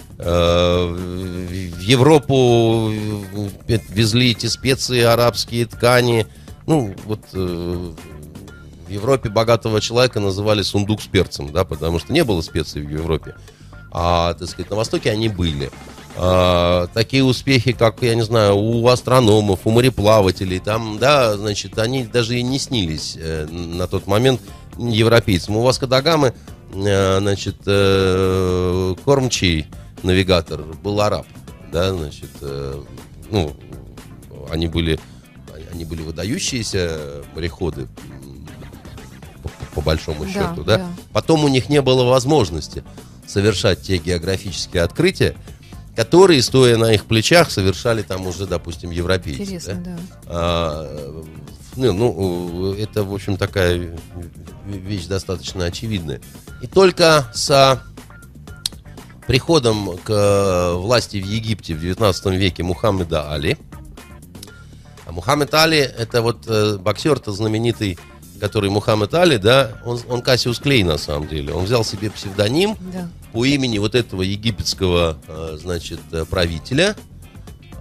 В Европу везли эти специи, арабские ткани. Ну, вот в Европе богатого человека называли сундук с перцем, да, потому что не было специй в Европе. А, так сказать, на Востоке они были. А, такие успехи, как, я не знаю, у астрономов, у мореплавателей, там, да, значит, они даже и не снились э, на тот момент европейцам. У Васко да Гамы, э, значит, э, кормчий навигатор был араб, да, значит, э, ну, они были, они были выдающиеся мореходы, по, по большому да, счету, да? Да. Потом у них не было возможности совершать те географические открытия, которые, стоя на их плечах, совершали там уже, допустим, европейцы. Интересно, да. да. А, ну, ну, это, в общем, такая вещь достаточно очевидная. И только со приходом к власти в Египте в девятнадцатом веке Мухаммеда Али. А Мухаммед Али, это вот э, боксер-то знаменитый, который Мухаммед Али, да, он, он Кассиус Клей на самом деле. Он взял себе псевдоним да. по имени вот этого египетского, э, значит, правителя,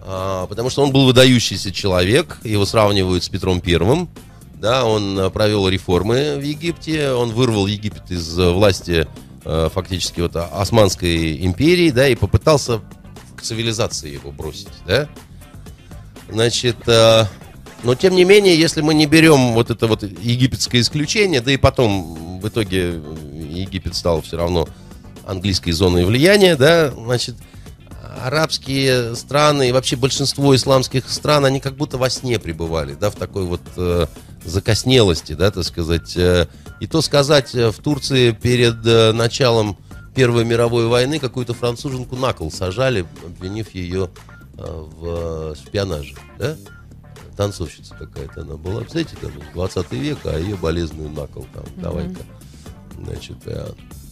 а, потому что он был выдающийся человек, его сравнивают с Петром Первым, да, он провел реформы в Египте, он вырвал Египет из власти а, фактически вот Османской империи, да, и попытался к цивилизации его бросить, да. Значит, а, но тем не менее, если мы не берем вот это вот египетское исключение, да и потом в итоге Египет стал все равно английской зоной влияния, да, значит, арабские страны и вообще большинство исламских стран, они как будто во сне пребывали, да, в такой вот э, закоснелости, да, так сказать. Э, и то сказать, в Турции перед э, началом Первой мировой войны какую-то француженку на кол сажали, обвинив ее э, в шпионаже, да. Танцовщица какая-то она была, знаете, там двадцатый век, а ее болезненную на кол там, mm-hmm. давай-ка, значит, э,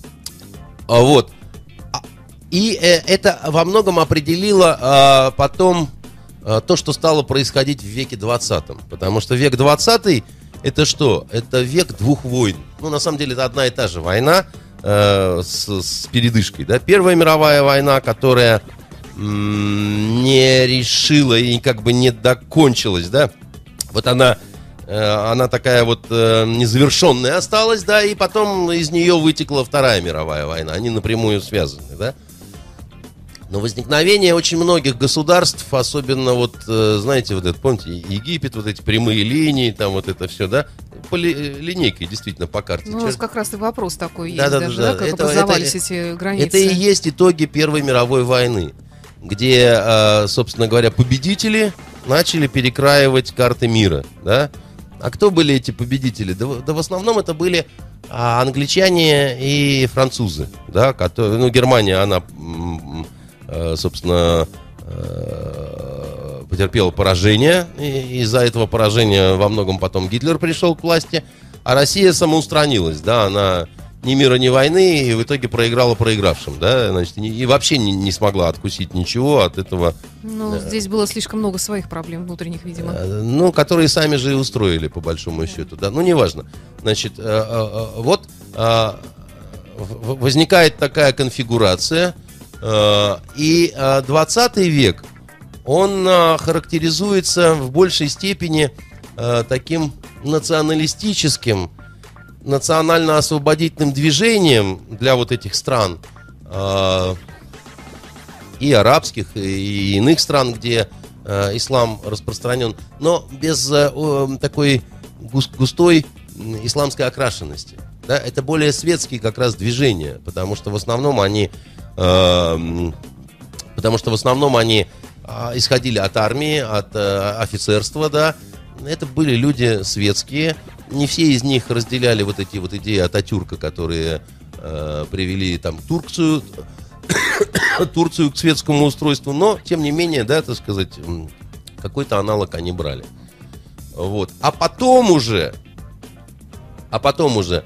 а вот. И э, это во многом определило э, потом э, то, что стало происходить в веке двадцатом. Потому что век двадцатый это что? Это век двух войн. Ну, на самом деле, это одна и та же война э, с, с передышкой. Да? Первая мировая война, которая м- не решила и как бы не докончилась, да? Вот она, э, она такая вот э, незавершенная осталась, да, и потом из нее вытекла Вторая мировая война. Они напрямую связаны, да? Но возникновение очень многих государств, особенно вот, знаете, вот это, помните, Египет, вот эти прямые линии, там вот это все, да, по ли, линейкой действительно по карте. Ну, у нас как раз и вопрос такой есть, да, да, даже, да, да, как это, образовались это, эти границы. Это и есть итоги Первой мировой войны, где, собственно говоря, победители начали перекраивать карты мира, да. А кто были эти победители? Да, да в основном это были а, англичане и французы, да, которые, ну, Германия, она... собственно, потерпела поражение, и из-за этого поражения во многом потом Гитлер пришел к власти, а Россия самоустранилась, да, она ни мира, ни войны, и в итоге проиграла проигравшим, да, значит, и вообще не, не смогла откусить ничего от этого. Ну, здесь было слишком много своих проблем внутренних, видимо. Ну, которые сами же и устроили, по большому счету, да, ну, неважно. Значит, вот возникает такая конфигурация. И двадцатый век, он характеризуется в большей степени таким националистическим, национально-освободительным движением для вот этих стран, и арабских, и иных стран, где ислам распространен, но без такой густой исламской окрашенности. Да, это более светские как раз движения, потому что в основном они Потому что в основном они исходили от армии, от офицерства, да. Это были люди светские. Не все из них разделяли вот эти вот идеи Ататюрка, которые э, привели там Турцию, Турцию к светскому устройству, но тем не менее, да, так сказать, какой-то аналог они брали. Вот. А потом уже, а потом уже.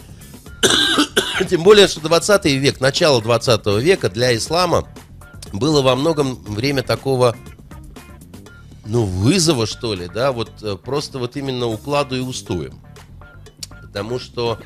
Тем более, что двадцатый век, начало двадцатого века для ислама было во многом время такого, ну, вызова, что ли, да, вот просто вот именно укладу и устоям. Потому что,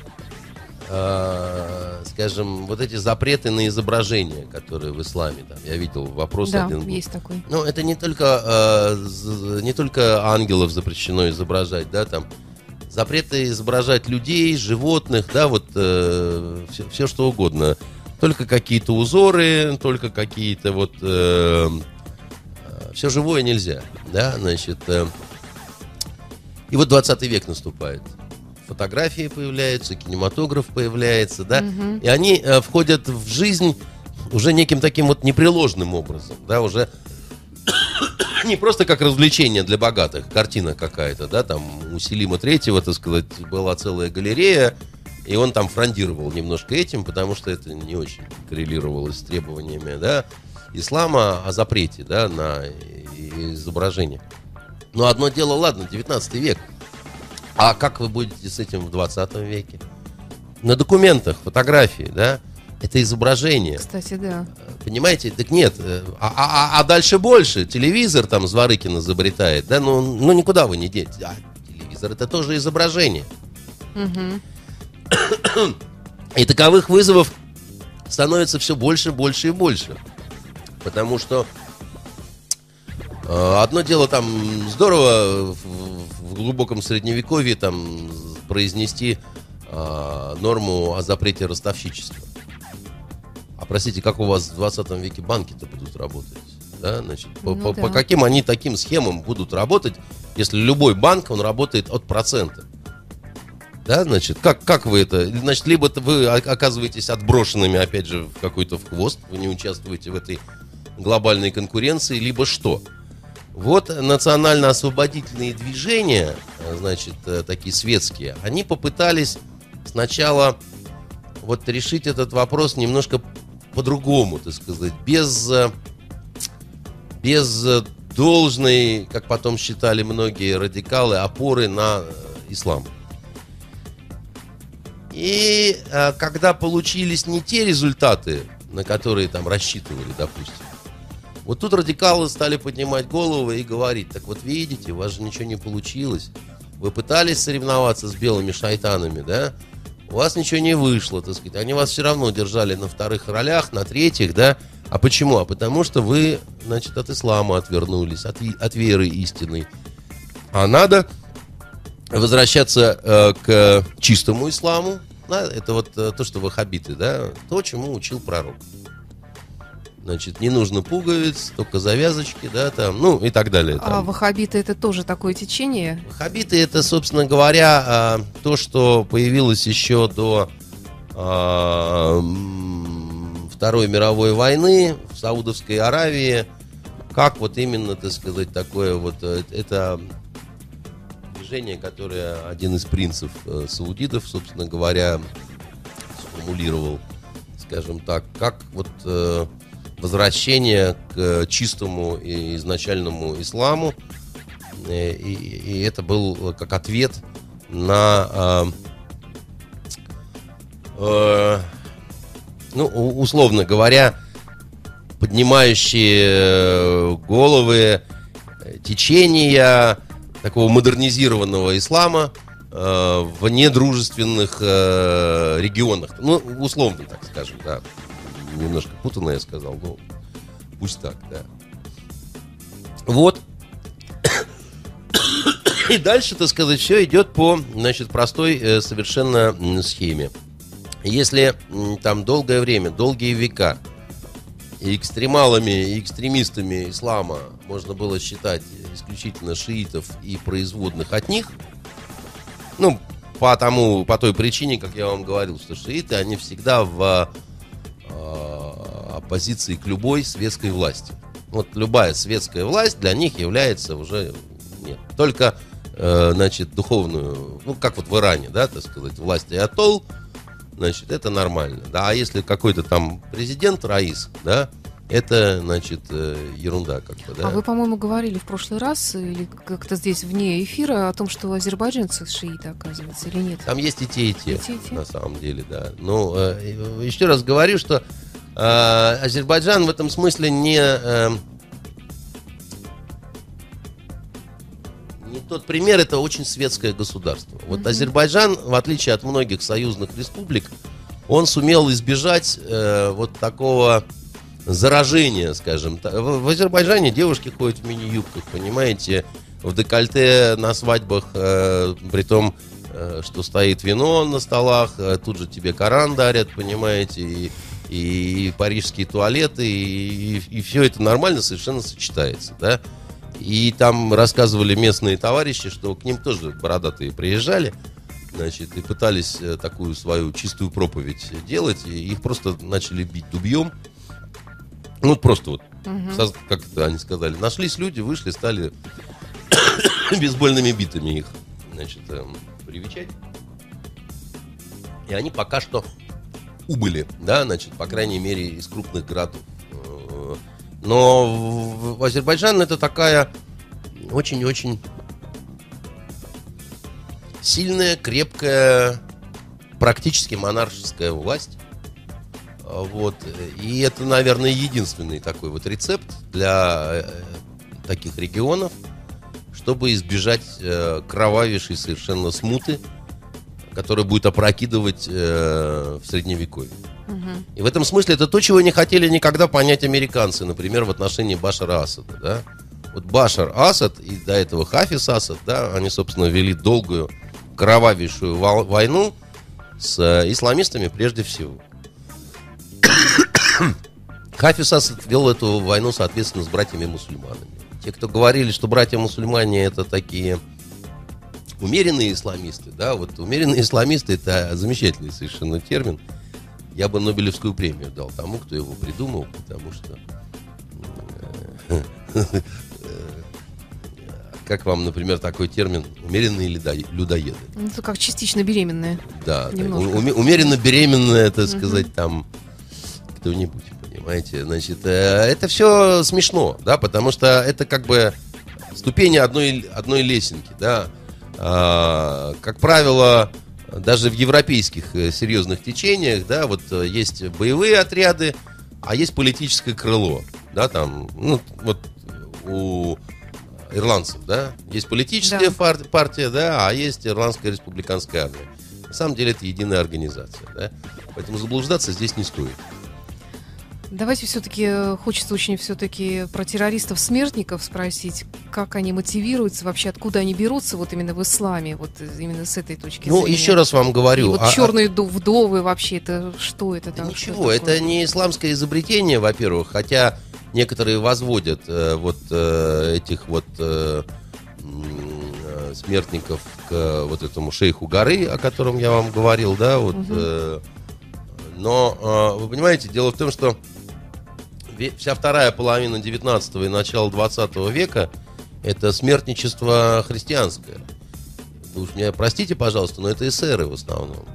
э, скажем, вот эти запреты на изображения, которые в исламе, там, я видел вопрос да, один. есть такой. Ну, это не только, э, не только ангелов запрещено изображать, да, там, запреты изображать людей, животных, да, вот э, все, все что угодно. Только какие-то узоры, только какие-то вот... Э, все живое нельзя, да, значит... Э, и вот двадцатый век наступает. Фотографии появляются, кинематограф появляется, да, mm-hmm. и они э, входят в жизнь уже неким таким вот непреложным образом, да, уже... Не просто как развлечение для богатых, картина какая-то, да, там у Селима Третьего, так сказать, была целая галерея, и он там фрондировал немножко этим, потому что это не очень коррелировалось с требованиями, да, ислама о запрете, да, на изображение. Но одно дело, ладно, девятнадцатый век, а как вы будете с этим в двадцатом веке? На документах, фотографии, да, это изображение. Кстати, да. Понимаете? Так нет. А, а, а дальше больше. Телевизор там Зворыкин изобретает. Да? Ну, ну никуда вы не денете. А телевизор это тоже изображение. Угу. И таковых вызовов становится все больше, больше и больше. Потому что Одно дело там здорово в, в глубоком средневековье там произнести а, норму о запрете ростовщичества. А простите, как у вас в двадцатом веке банки-то будут работать? Да? Значит, ну, по, да. по каким они таким схемам будут работать, если любой банк, он работает от процента? Да, значит, как, как вы это? Значит, либо вы оказываетесь отброшенными, опять же, в какой-то в хвост, вы не участвуете в этой глобальной конкуренции, либо что? Вот национально-освободительные движения, значит, такие светские, они попытались сначала вот решить этот вопрос немножко по-другому, так сказать, без, без должной, как потом считали многие радикалы, опоры на ислам. И когда получились не те результаты, на которые там рассчитывали, допустим, вот тут радикалы стали поднимать головы и говорить: так вот видите, у вас же ничего не получилось. Вы пытались соревноваться с белыми шайтанами, да? У вас ничего не вышло, так сказать. Они вас все равно держали на вторых ролях, на третьих, да? А почему? А потому что вы, значит, от ислама отвернулись, от, от веры истинной. А надо возвращаться э, к чистому исламу. Да? Это вот э, то, что ваххабиты, да? То, чему учил пророк. Значит, не нужно пуговиц, только завязочки, да, там, ну и так далее. Там. А ваххабиты — это тоже такое течение? Ваххабиты — это, собственно говоря, то, что появилось еще до а, Второй мировой войны в Саудовской Аравии. Как вот именно, так сказать, такое вот, это движение, которое один из принцев саудитов, собственно говоря, сформулировал, скажем так, как вот возвращение к чистому и изначальному исламу. И, и это был как ответ на, э, э, ну, условно говоря, поднимающие головы течения такого модернизированного ислама э, в недружественных э, регионах. Ну, условно, так скажем, да. Немножко путанно я сказал, но пусть так, да. Вот. И дальше, так сказать, все идет по, значит, простой э, совершенно схеме. Если м, там долгое время, долгие века и экстремалами, и экстремистами ислама можно было считать исключительно шиитов и производных от них, ну, по тому, по той причине, как я вам говорил, что шииты, они всегда в оппозиции к любой светской власти. Вот любая светская власть для них является уже нет. Только, э, значит, духовную, ну, как вот в Иране, да, так сказать, власть аятолл, значит, это нормально. Да, а если какой-то там президент Раис, да, это, значит, э, ерунда как-то, да. А вы, по-моему, говорили в прошлый раз, или как-то здесь вне эфира, о том, что азербайджанцы шииты, оказывается, или нет? Там есть и те, и те, и те, и те. На самом деле, да. Ну, э, еще раз говорю, что э, Азербайджан в этом смысле не... Э, не тот пример, это очень светское государство. Вот mm-hmm. Азербайджан, в отличие от многих союзных республик, он сумел избежать э, вот такого заражения, скажем. В Азербайджане девушки ходят в мини-юбках, понимаете, в декольте на свадьбах, э, при том, э, что стоит вино на столах, э, тут же тебе Коран дарят, понимаете, и, и, и парижские туалеты, и, и, и все это нормально совершенно сочетается, да. И там рассказывали местные товарищи, что к ним тоже бородатые приезжали, значит, и пытались такую свою чистую проповедь делать, и их просто начали бить дубьем. Ну, просто вот, угу. как они сказали, нашлись люди, вышли, стали бейсбольными битами их, значит, эм, привечать. И они пока что убыли, да, значит, по крайней мере, из крупных городов. Но в, в Азербайджан это такая очень-очень сильная, крепкая, практически монаршеская власть. Вот. И это, наверное, единственный такой вот рецепт для таких регионов, чтобы избежать э, кровавейшей совершенно смуты, которая будет опрокидывать э, в Средневековье. Угу. И в этом смысле это то, чего не хотели никогда понять американцы, например, в отношении Башара Асада, да? Вот Башар Асад и до этого Хафиз Асад, да, они, собственно, вели долгую, кровавейшую войну с исламистами прежде всего. Хафиз Асад вел эту войну, соответственно, с братьями-мусульманами. Те, кто говорили, что братья-мусульмане это такие умеренные исламисты, да, вот умеренные исламисты это замечательный совершенно термин. Я бы Нобелевскую премию дал тому, кто его придумал, потому что как вам, например, такой термин умеренные людоеды? Это как частично беременные. Да, умеренно беременная, так сказать, там кто-нибудь. Понимаете, значит, это все смешно, да, потому что это как бы ступени одной, одной лесенки, да. А, как правило, даже в европейских серьезных течениях, да, вот есть боевые отряды, а есть политическое крыло, да, там, ну, вот у ирландцев, да, есть политическая да. партия, да, а есть Ирландская республиканская армия. На самом деле это единая организация, да, поэтому заблуждаться здесь не стоит. Давайте все-таки, хочется очень все-таки про террористов-смертников спросить, как они мотивируются, вообще откуда они берутся вот именно в исламе, вот именно с этой точки ну, зрения. Ну, еще раз вам говорю. И вот а, черные а... вдовы вообще, это что это там? Ничего, это не исламское изобретение, во-первых, хотя некоторые возводят э, вот э, этих вот э, э, смертников к вот этому шейху горы, о котором я вам говорил, да, вот. Угу. Э, но, э, вы понимаете, дело в том, что вся вторая половина девятнадцатого и начало двадцатого века это смертничество христианское. Вы уж меня простите, пожалуйста, но это эсеры в основном.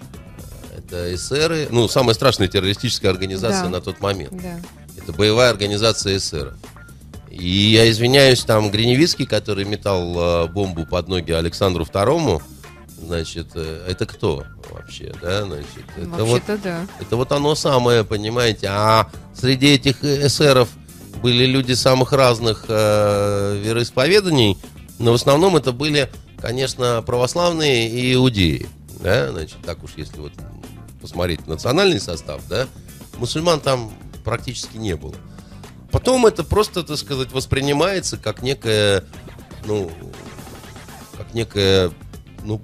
Это эсеры, ну, самая страшная террористическая организация да. на тот момент. Да. Это боевая организация эсеров. И я извиняюсь, там Гриневицкий, который метал э, бомбу под ноги Александру второму, значит, э, это кто вообще, да? Значит, это вот, да. Это вот оно самое, понимаете. А среди этих эсеров были люди самых разных э, вероисповеданий, но в основном это были, конечно, православные и иудеи, да? Значит, так уж если вот посмотреть национальный состав, да, мусульман там практически не было. Потом это просто, так сказать, воспринимается как некая, ну, как некая, ну,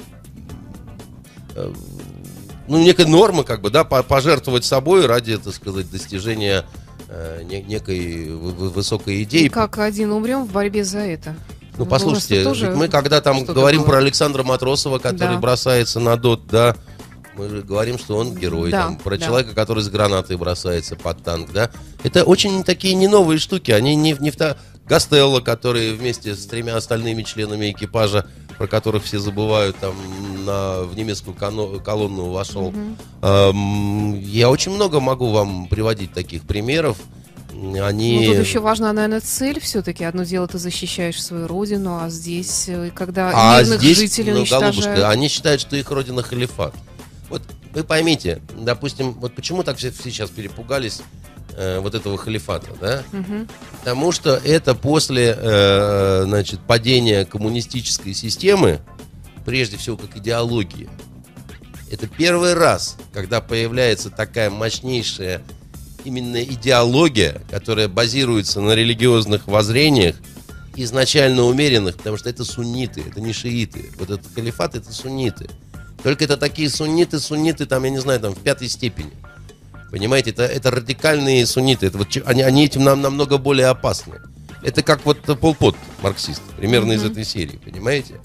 э, ну, некая норма, как бы, да, пожертвовать собой ради, так сказать, достижения э, некой высокой идеи. И как один умрем в борьбе за это. Ну, послушайте, мы когда там говорим было. Про Александра Матросова, который да. бросается на ДОТ, да, мы же говорим, что он герой, да, там, про да. человека, который с гранатой бросается под танк, да. Это очень такие не новые штуки, они не, не в та... Гастелло, который вместе с тремя остальными членами экипажа, про которых все забывают, там на, в немецкую коно, колонну вошел. Mm-hmm. Эм, я очень много могу вам приводить таких примеров. Они... Ну, тут еще важна, наверное, цель все-таки. Одно дело, ты защищаешь свою родину, а здесь, когда а мирных здесь, жителей ну, уничтожают... голубушка, они считают, что их родина халифат. Вот вы поймите, допустим, вот почему так все сейчас перепугались э, вот этого халифата, да? Угу. Потому что это после, э, значит, падения коммунистической системы, прежде всего как идеология. Это первый раз, когда появляется такая мощнейшая именно идеология, которая базируется на религиозных воззрениях, изначально умеренных, потому что это сунниты, это не шииты. Вот этот халифат — это сунниты. Только это такие сунниты, сунниты, там, я не знаю, там, в пятой степени. Понимаете, это, это радикальные сунниты. Это вот, они, они этим нам намного более опасны. Это как вот Пол Пот, марксист, примерно mm-hmm. из этой серии, понимаете?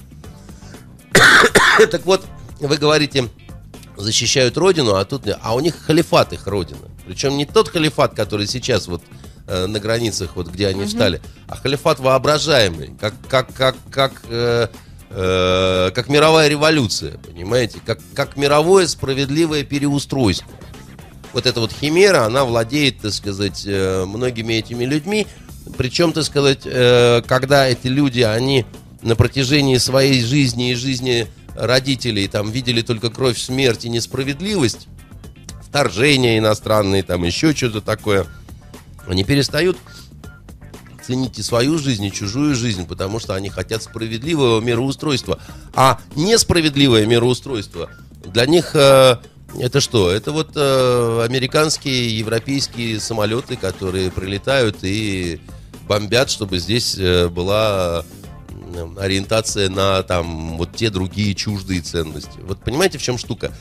Так вот, вы говорите, защищают родину, а тут, а у них халифат их родина. Причем не тот халифат, который сейчас вот э, на границах, вот где они mm-hmm. встали, а халифат воображаемый, как, как, как, как, э, э, как мировая революция, понимаете? Как, как мировое справедливое переустройство. Вот эта вот химера, она владеет, так сказать, э, многими этими людьми. Причем, так сказать, э, когда эти люди, они на протяжении своей жизни и жизни родителей там видели только кровь, смерть и несправедливость, вторжения иностранные, там еще что-то такое, они перестают ценить и свою жизнь, и чужую жизнь, потому что они хотят справедливого мироустройства. А несправедливое мироустройство для них э, это что? Это вот э, американские, европейские самолеты, которые прилетают и бомбят, чтобы здесь была ориентация на там вот те другие чуждые ценности. Вот понимаете, в чем штука?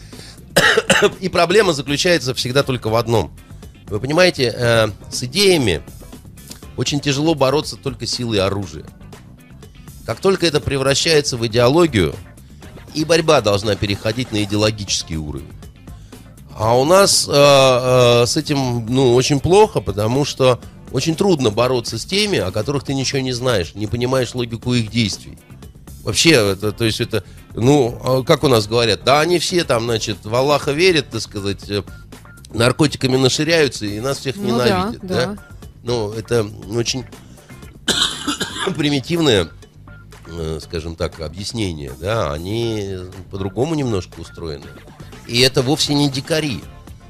И проблема заключается всегда только в одном. Вы понимаете, э, с идеями очень тяжело бороться только силой оружия. Как только это превращается в идеологию, и борьба должна переходить на идеологический уровень. А у нас э, э, с этим ну, очень плохо, потому что очень трудно бороться с теми, о которых ты ничего не знаешь, не понимаешь логику их действий. Вообще, это, то есть это, ну, как у нас говорят, да они все там, значит, в Аллаха верят, так сказать, наркотиками наширяются и нас всех ну, ненавидят, да, да? да? Ну, это очень примитивное, скажем так, объяснение, да, они по-другому немножко устроены. И это вовсе не дикари.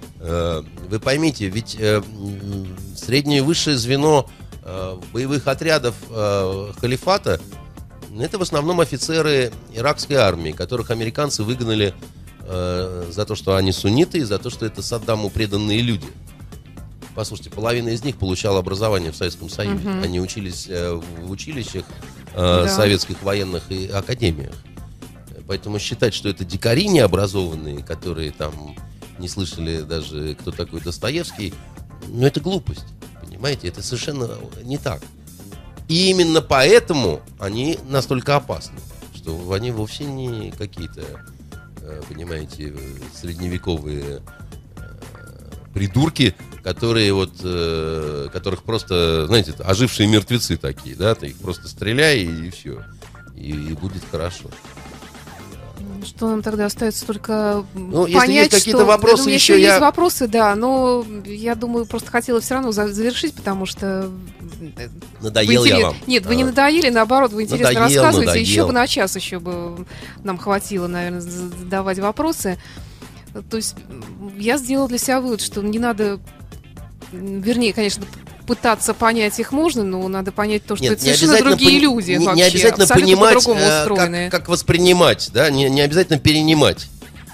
Вы поймите, ведь среднее и высшее звено боевых отрядов халифата это в основном офицеры иракской армии, которых американцы выгнали за то, что они сунниты, и за то, что это Саддаму преданные люди. Послушайте, половина из них получала образование в Советском Союзе. Угу. Они учились в училищах да. советских военных и академиях. Поэтому считать, что это дикари необразованные, которые там не слышали даже, кто такой Достоевский, ну это глупость, понимаете? Это совершенно не так. И именно поэтому они настолько опасны, что они вовсе не какие-то, понимаете, средневековые придурки, которые вот, которых просто, знаете, ожившие мертвецы такие, да, ты их просто стреляй и все, и, и будет хорошо. Что нам тогда остается только ну, понять, если есть какие-то что... вопросы, думаю, еще если я... есть вопросы, да, но я думаю, просто хотела все равно завершить, потому что... Надоел интерес... я вам. Нет, вы а. не надоели, наоборот, вы интересно надоел, рассказываете. Надоел. Еще бы на час еще бы нам хватило, наверное, задавать вопросы. То есть я сделала для себя вывод, что не надо... Вернее, конечно, пытаться понять их можно, но надо понять то, что Нет, это совершенно другие пони... люди не, вообще, не обязательно понимать, как, как воспринимать, да, не, не обязательно перенимать.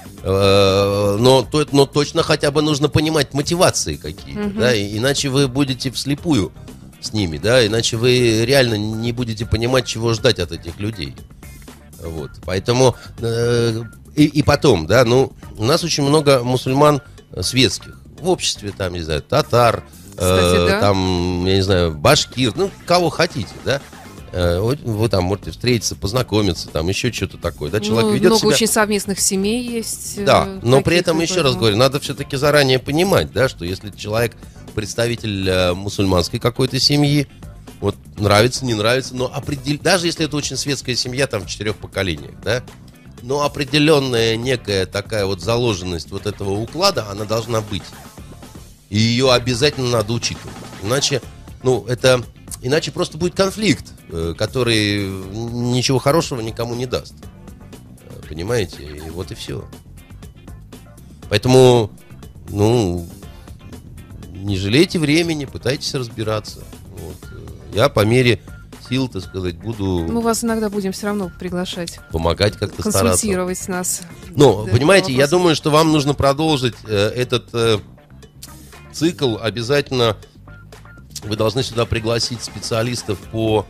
Но, но точно хотя бы нужно понимать мотивации какие-то, угу. да, иначе вы будете вслепую с ними, да, иначе вы реально не будете понимать, чего ждать от этих людей. Вот, поэтому и, и потом, да, ну, у нас очень много мусульман светских в обществе, там, не знаю, татар, Кстати, э, да. там, я не знаю, башкир, ну, кого хотите, да. Э, вы, вы там можете встретиться, познакомиться, там, еще что-то такое, да, человек ну, ведет много себя... очень совместных семей есть. Да, но при этом, таких, еще раз говорю, надо все-таки заранее понимать, да, что если человек представитель э, мусульманской какой-то семьи, вот, нравится, не нравится, но определ... даже если это очень светская семья, там, в четырех поколениях, да, но определенная некая такая вот заложенность вот этого уклада, она должна быть. И ее обязательно надо учитывать. Иначе, ну, это, иначе просто будет конфликт, который ничего хорошего никому не даст. Понимаете? И вот и все. Поэтому, ну, не жалейте времени, пытайтесь разбираться. Вот. Я по мере сил, так сказать, буду... Мы вас иногда будем все равно приглашать. Помогать как-то стараться. Консультировать нас. Ну, понимаете, я думаю, что вам нужно продолжить э, этот... Э, цикл. Обязательно вы должны сюда пригласить специалистов по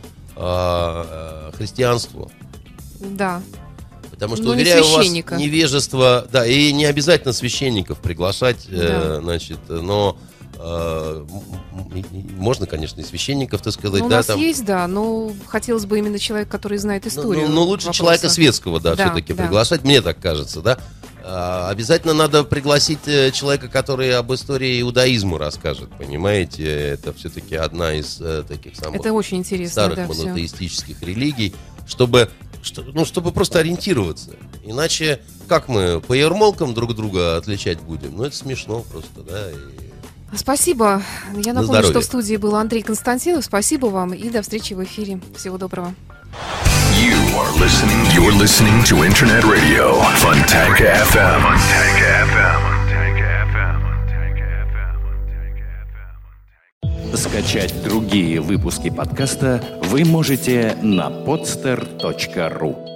э, христианству. Да. Потому что, но уверяю не вас, невежество... Да, и не обязательно священников приглашать, да. э, значит, но э, можно, конечно, и священников, так сказать. Ну, да, у нас там... есть, да, но хотелось бы именно человек, который знает историю. Ну, ну лучше вопроса. человека светского, да, да все-таки да. приглашать, мне так кажется, да. Обязательно надо пригласить человека, который об истории иудаизма расскажет, понимаете? Это все-таки одна из э, таких самых Это очень интересно, старых да, монотеистических все. религий, чтобы, что, ну, чтобы просто ориентироваться. Иначе как мы по ермолкам друг друга отличать будем? Ну, это смешно просто, да. И... Спасибо. Я напомню, что в студии был Андрей Константинов. Спасибо вам и до встречи в эфире. Всего доброго. You are listening, you're listening to Internet Radio, Fontanka эф эм. Fontanka эф эм. Скачать другие выпуски подкаста вы можете на podster точка ру.